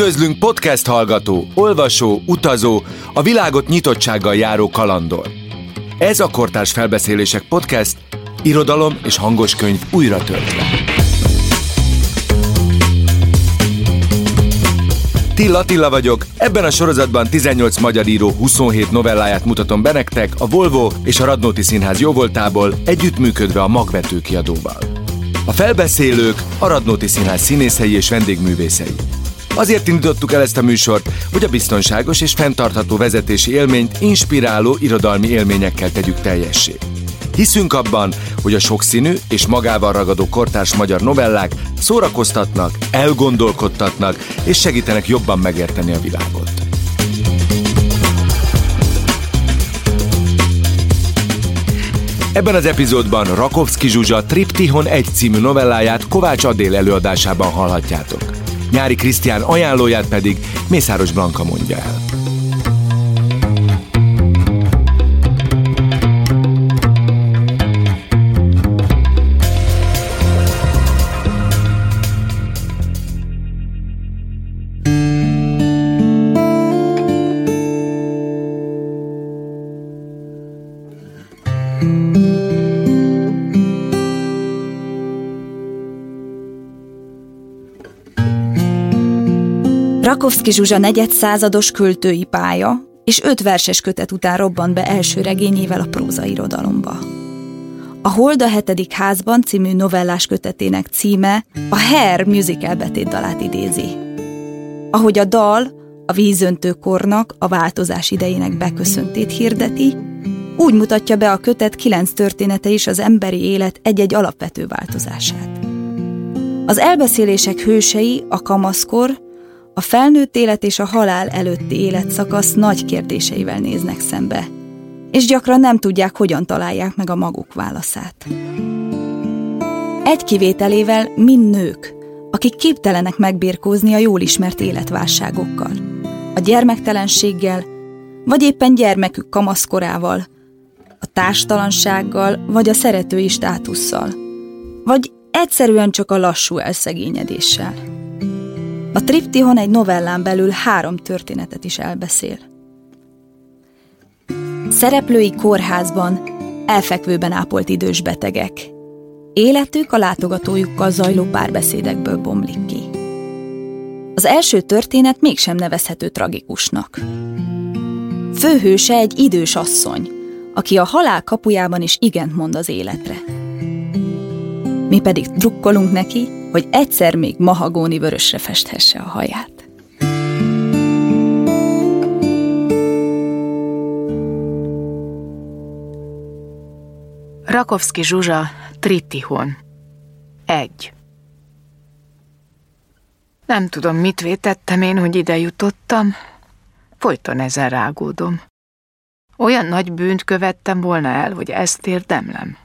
Üdvözlünk podcast hallgató, olvasó, utazó, a világot nyitottsággal járó kalandor. Ez a Kortárs Felbeszélések podcast, irodalom és hangos könyv újra töltve. Attila vagyok, ebben a sorozatban 18 magyar író 27 novelláját mutatom be nektek a Volvo és a Radnóti Színház jóvoltából, együttműködve a Magvető kiadóval. A felbeszélők a Radnóti Színház színészei és vendégművészei. Azért indítottuk el ezt a műsort, hogy a biztonságos és fenntartható vezetési élményt inspiráló irodalmi élményekkel tegyük teljessé. Hiszünk abban, hogy a sokszínű és magával ragadó kortárs magyar novellák szórakoztatnak, elgondolkodtatnak és segítenek jobban megérteni a világot. Ebben az epizódban Rakovszky Zsuzsa Triptihon 1 című novelláját Kovács Adél előadásában hallhatjátok. Nyári Krisztián ajánlóját pedig Mészáros Blanka mondja el. Rakovszky Zsuzsa negyedszázados költői pálya, és 5 verses kötet után robbant be első regényével a prózairodalomba. A Hold a 7. házban című novellás kötetének címe a Hair musical betétdalát idézi. Ahogy a dal a vízöntő kornak a változás idejének beköszöntét hirdeti, úgy mutatja be a kötet 9 története is az emberi élet egy-egy alapvető változását. Az elbeszélések hősei a kamaszkor, a felnőtt élet és a halál előtti életszakasz nagy kérdéseivel néznek szembe, és gyakran nem tudják, hogyan találják meg a maguk válaszát. Egy kivételével mind nők, akik képtelenek megbirkózni a jól ismert életválságokkal, a gyermektelenséggel, vagy éppen gyermekük kamaszkorával, a társtalansággal, vagy a szeretői státusszal, vagy egyszerűen csak a lassú elszegényedéssel. A Triptihon egy novellán belül 3 történetet is elbeszél. Szereplői kórházban, elfekvőben ápolt idős betegek. Életük a látogatójukkal zajló párbeszédekből bomlik ki. Az első történet mégsem nevezhető tragikusnak. Főhőse egy idős asszony, aki a halál kapujában is igent mond az életre. Mi pedig drukkolunk neki, hogy egyszer még mahagóni vörösre festhesse a haját. Rakovszky Zsuzsa Triptihon 1. Nem tudom, mit vétettem én, hogy ide jutottam. Folyton ezen rágódom. Olyan nagy bűnt követtem volna el, hogy ezt érdemlem.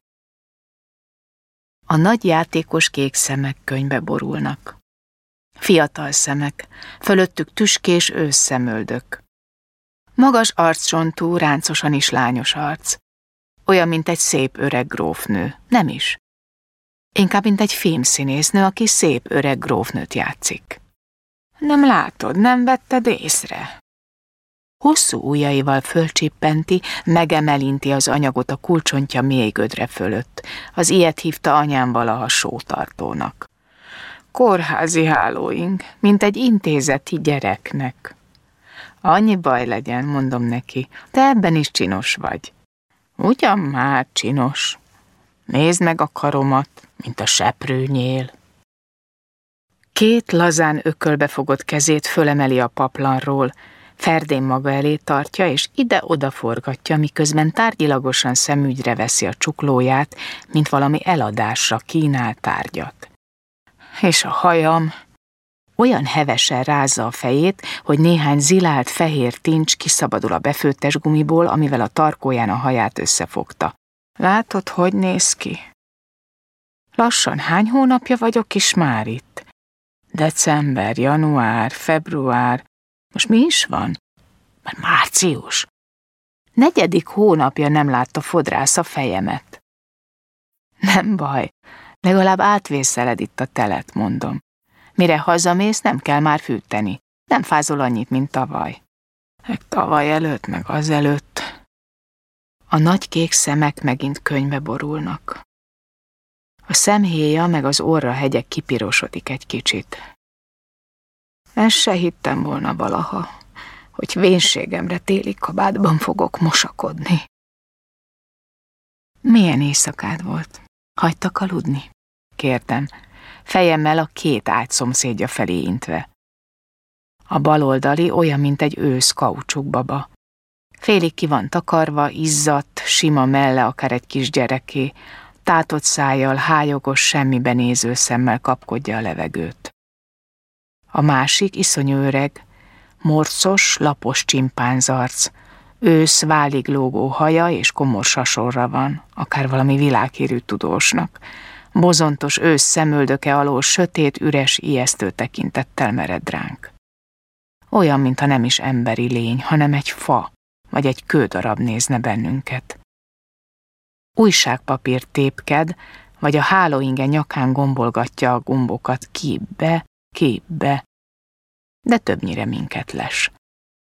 A nagy játékos kék szemek könyvbe borulnak. Fiatal szemek, fölöttük tüskés ősszemöldök. Magas arccsontú, ráncosan is lányos arc. Olyan, mint egy szép öreg grófnő. Nem is. Inkább, mint egy filmszínésznő, aki szép öreg grófnőt játszik. Nem látod, nem vetted észre? Hosszú ujjaival fölcsippenti, megemelinti az anyagot a kulcsontja mély gödre fölött. Az ilyet hívta anyám valaha sótartónak. Kórházi hálóink, mint egy intézeti gyereknek. Annyi baj legyen, mondom neki, te ebben is csinos vagy. Ugyan már csinos. Nézd meg a karomat, mint a seprőnyél. 2 lazán ökölbe fogott kezét fölemeli a paplanról, ferdén maga elé tartja, és ide-oda forgatja, miközben tárgyilagosan szemügyre veszi a csuklóját, mint valami eladásra kínál tárgyat. És a hajam olyan hevesen rázza a fejét, hogy néhány zilált fehér tincs kiszabadul a befőttes gumiból, amivel a tarkóján a haját összefogta. Látod, hogy néz ki? Lassan hány hónapja vagyok is már itt? December, január, február, most mi is van? Már március. 4. hónapja nem látta fodrász a fejemet. Nem baj, legalább átvészeled itt a telet, mondom. Mire hazamész, nem kell már fűteni. Nem fázol annyit, mint tavaly. Meg tavaly előtt, meg azelőtt. A nagy kék szemek megint könyvbe borulnak. A szemhéja meg az orra hegyek kipirosodik egy kicsit. Ezt se hittem volna valaha, hogy vénségemre téli kabátban fogok mosakodni. Milyen éjszakád volt? Hagytak aludni? Kérdem, fejemmel a 2 ágy szomszédja felé intve. A baloldali olyan, mint egy ősz kaucsukbaba. Félig ki van takarva, izzadt, sima melle akár egy kisgyereké, tátott szájjal, hályogos, semmibe néző szemmel kapkodja a levegőt. A másik iszonyú öreg, morcos, lapos csimpánzarc, ősz válig lógó haja és komor sasorra van, akár valami világhírű tudósnak. Bozontos ősz szemöldöke alól sötét, üres, ijesztő tekintettel mered ránk. Olyan, mintha nem is emberi lény, hanem egy fa, vagy egy kődarab nézne bennünket. Újságpapír tépked, vagy a hálóinge nyakán gombolgatja a gombokat képbe, de többnyire minket les.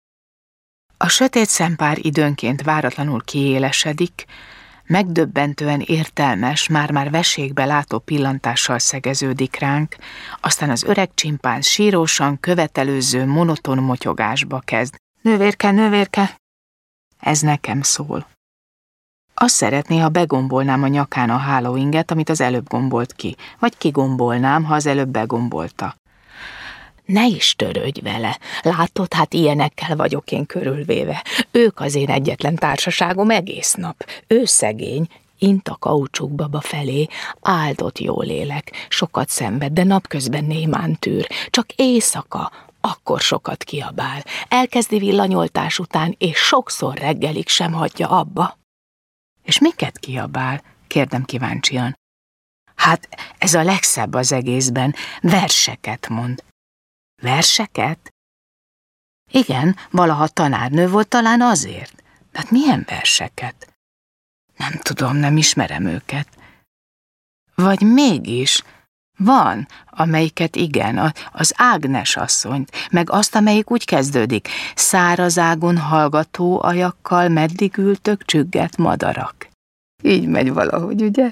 A sötét szempár időnként váratlanul kiélesedik, megdöbbentően értelmes, már-már veségbe látó pillantással szegeződik ránk, aztán az öreg csimpánz sírósan, követelőző, monoton motyogásba kezd. Nővérke, nővérke! Ez nekem szól. Azt szeretné, ha begombolnám a nyakán a hálóinget, amit az előbb gombolt ki, vagy kigombolnám, ha az előbb begombolta. Ne is törődj vele, látod, hát ilyenekkel vagyok én körülvéve. Ők az én egyetlen társaságom egész nap. Ő szegény, int a kaucsukbaba felé, áldott jó lélek, sokat szenved, de napközben némán tűr, csak éjszaka, akkor sokat kiabál. Elkezdi villanyoltás után, és sokszor reggelig sem hagyja abba. És miket kiabál? Kérdem kíváncsian. Hát ez a legszebb az egészben, verseket mond. Verseket? Igen, valaha tanárnő volt, talán azért. De hát milyen verseket? Nem tudom, nem ismerem őket. Vagy mégis van, amelyiket igen, az Ágnes asszonyt, meg azt, amelyik úgy kezdődik. Száraz ágon hallgató ajakkal meddig ültök csüggett madarak. Így megy valahogy, ugye?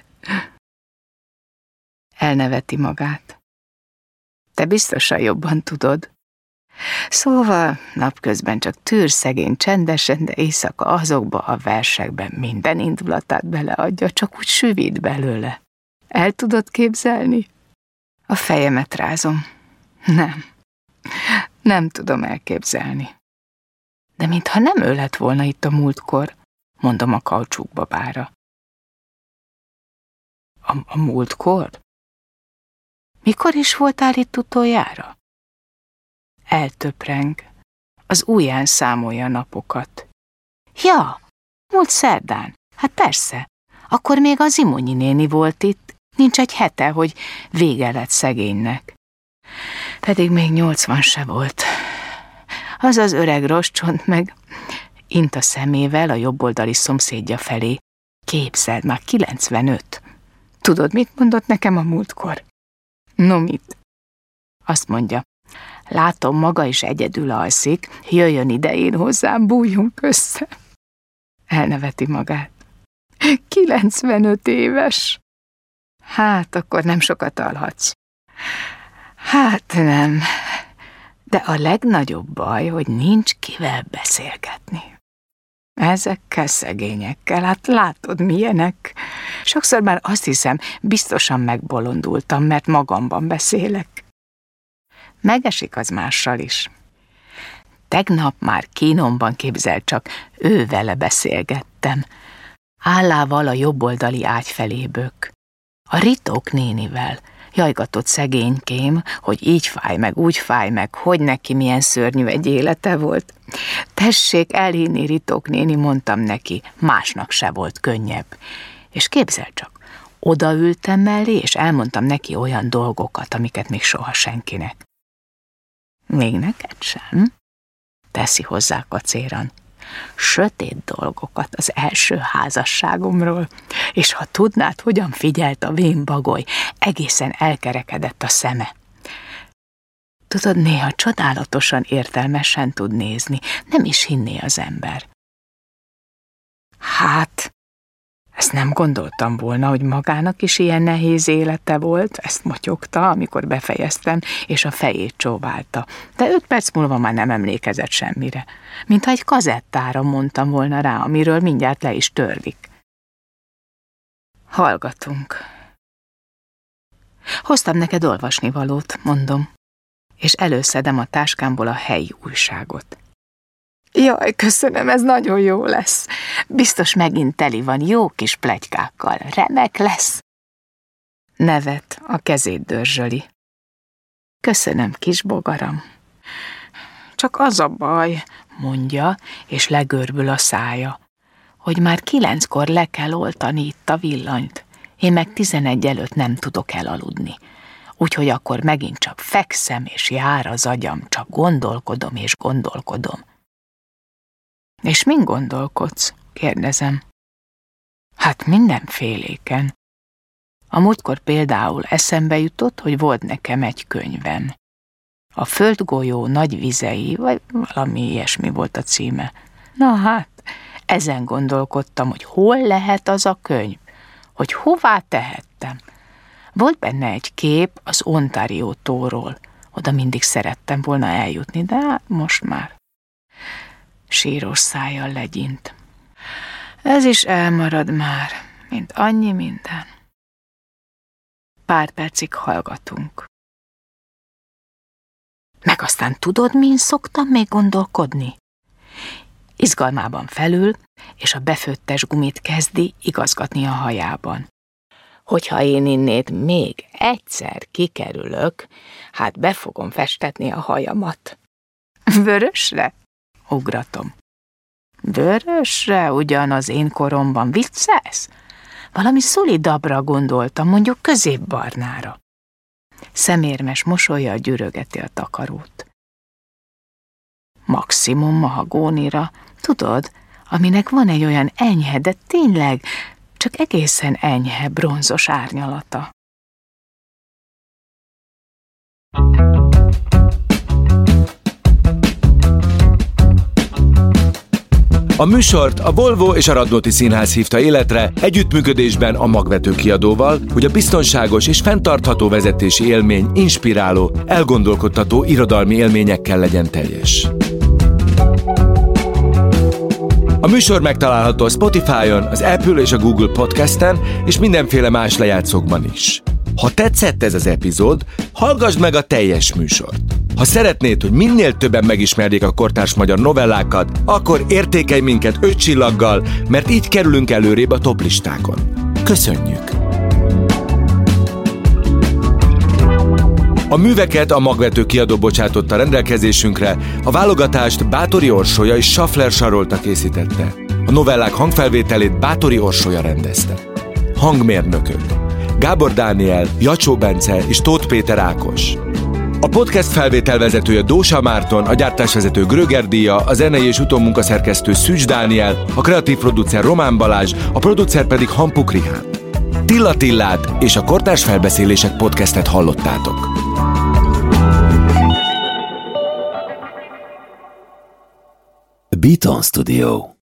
Elneveti magát. Te biztosan jobban tudod. Szóval napközben csak tűr szegény csendesen, de éjszaka azokba a versekben minden indulatát beleadja, csak úgy süvít belőle. El tudod képzelni? A fejemet rázom. Nem tudom elképzelni. De mintha nem ő lett volna itt a múltkor, mondom a kaucsukbabára. A múltkor? Mikor is voltál itt utoljára? Eltöpreng. Az ujján számolja a napokat. Ja, múlt szerdán. Hát persze. Akkor még az Imonyi néni volt itt. Nincs egy hete, hogy vége lett szegénynek. Pedig még 80 se volt. Az az öreg rostcsont meg int a szemével a jobboldali szomszédja felé. Képzeld, már 95. Tudod, mit mondott nekem a múltkor? No mit? Azt mondja, látom, maga is egyedül alszik, jöjjön ide én hozzám, bújjunk össze. Elneveti magát. 95 éves. Hát, akkor nem sokat alhatsz. Hát nem, de a legnagyobb baj, hogy nincs kivel beszélgetni. Ezekkel szegényekkel, hát látod milyenek. Sokszor már azt hiszem, biztosan megbolondultam, mert magamban beszélek. Megesik az mással is. Tegnap már kínomban, képzel csak, ő vele beszélgettem. Állával a jobboldali ágy felé bök. A Ritók nénivel. Jajgatott szegénykém, hogy így fáj meg, úgy fáj meg, hogy neki milyen szörnyű egy élete volt. Tessék elhinni, Ritók néni, mondtam neki, másnak se volt könnyebb. És képzel csak, odaültem mellé, és elmondtam neki olyan dolgokat, amiket még soha senkinek. Még neked sem? Teszi hozzá kacéran. Sötét dolgokat az első házasságomról, és ha tudnád, hogyan figyelt a vén bagoly, egészen elkerekedett a szeme. Tudod, néha csodálatosan értelmesen tud nézni, nem is hinné az ember. Hát, ezt nem gondoltam volna, hogy magának is ilyen nehéz élete volt, ezt motyogta, amikor befejeztem, és a fejét csóválta. De 5 perc múlva már nem emlékezett semmire. Mintha egy kazettára mondtam volna rá, amiről mindjárt le is törlik. Hallgatunk. Hoztam neked olvasnivalót, mondom, és előszedem a táskámból a helyi újságot. Jaj, köszönöm, ez nagyon jó lesz. Biztos megint teli van jó kis pletykákkal. Remek lesz. Nevet, a kezét dörzsöli. Köszönöm, kis bogaram. Csak az a baj, mondja, és legörbül a szája, hogy már 9-kor le kell oltani itt a villanyt. Én meg 11 előtt nem tudok elaludni. Úgyhogy akkor megint csak fekszem, és jár az agyam, csak gondolkodom és gondolkodom. És min gondolkodsz? Kérdezem. Hát mindenféléken. A múltkor például eszembe jutott, hogy volt nekem egy könyvem. A földgolyó nagy vizei, vagy valami ilyesmi volt a címe. Na hát, ezen gondolkodtam, hogy hol lehet az a könyv, hogy hová tehettem. Volt benne egy kép az Ontario tóról. Oda mindig szerettem volna eljutni, de most már. Síros szájjal legyint. Ez is elmarad már, mint annyi minden. Pár percig hallgatunk. Meg aztán tudod, min szoktam még gondolkodni? Izgalmában felül, és a befőttes gumit kezdi igazgatni a hajában. Hogyha én innét még egyszer kikerülök, hát be fogom festetni a hajamat. Vörösre? Ugratom. Vörösre? Ugyan az én koromban viccelsz? Valami szolidabbra gondoltam, mondjuk középbarnára. Szemérmes mosollyal gyűrögeti a takarót. Maximum mahagónira, tudod, aminek van egy olyan enyhe, de tényleg csak egészen enyhe bronzos árnyalata. A műsort a Volvo és a Radnóti Színház hívta életre együttműködésben a Magvető Kiadóval, hogy a biztonságos és fenntartható vezetési élmény inspiráló, elgondolkodtató irodalmi élményekkel legyen teljes. A műsor megtalálható a Spotify-on, az Apple és a Google Podcasten és mindenféle más lejátszókban is. Ha tetszett ez az epizód, hallgassd meg a teljes műsort. Ha szeretnéd, hogy minél többen megismerjék a kortárs magyar novellákat, akkor értékelj minket 5 csillaggal, mert így kerülünk előrébb a toplistákon. Köszönjük! A műveket a Magvető Kiadó bocsátotta rendelkezésünkre, a válogatást Báthori Orsolya és Schaffler Sarolta készítette. A novellák hangfelvételét Báthori Orsolya rendezte. Hangmérnökök: Gábor Dániel, Jacsó Bence és Tóth Péter Ákos. A podcast felvételvezetője Dósa Márton, a gyártásvezető Gröger Díja, a zenei és utómunkaszerkesztő Szűcs Dániel, a kreatív producer Román Balázs, a producer pedig Hampuk Rihán. Tilla Tillát és a Kortárs Felbeszélések podcastet hallottátok. Beaton Studio.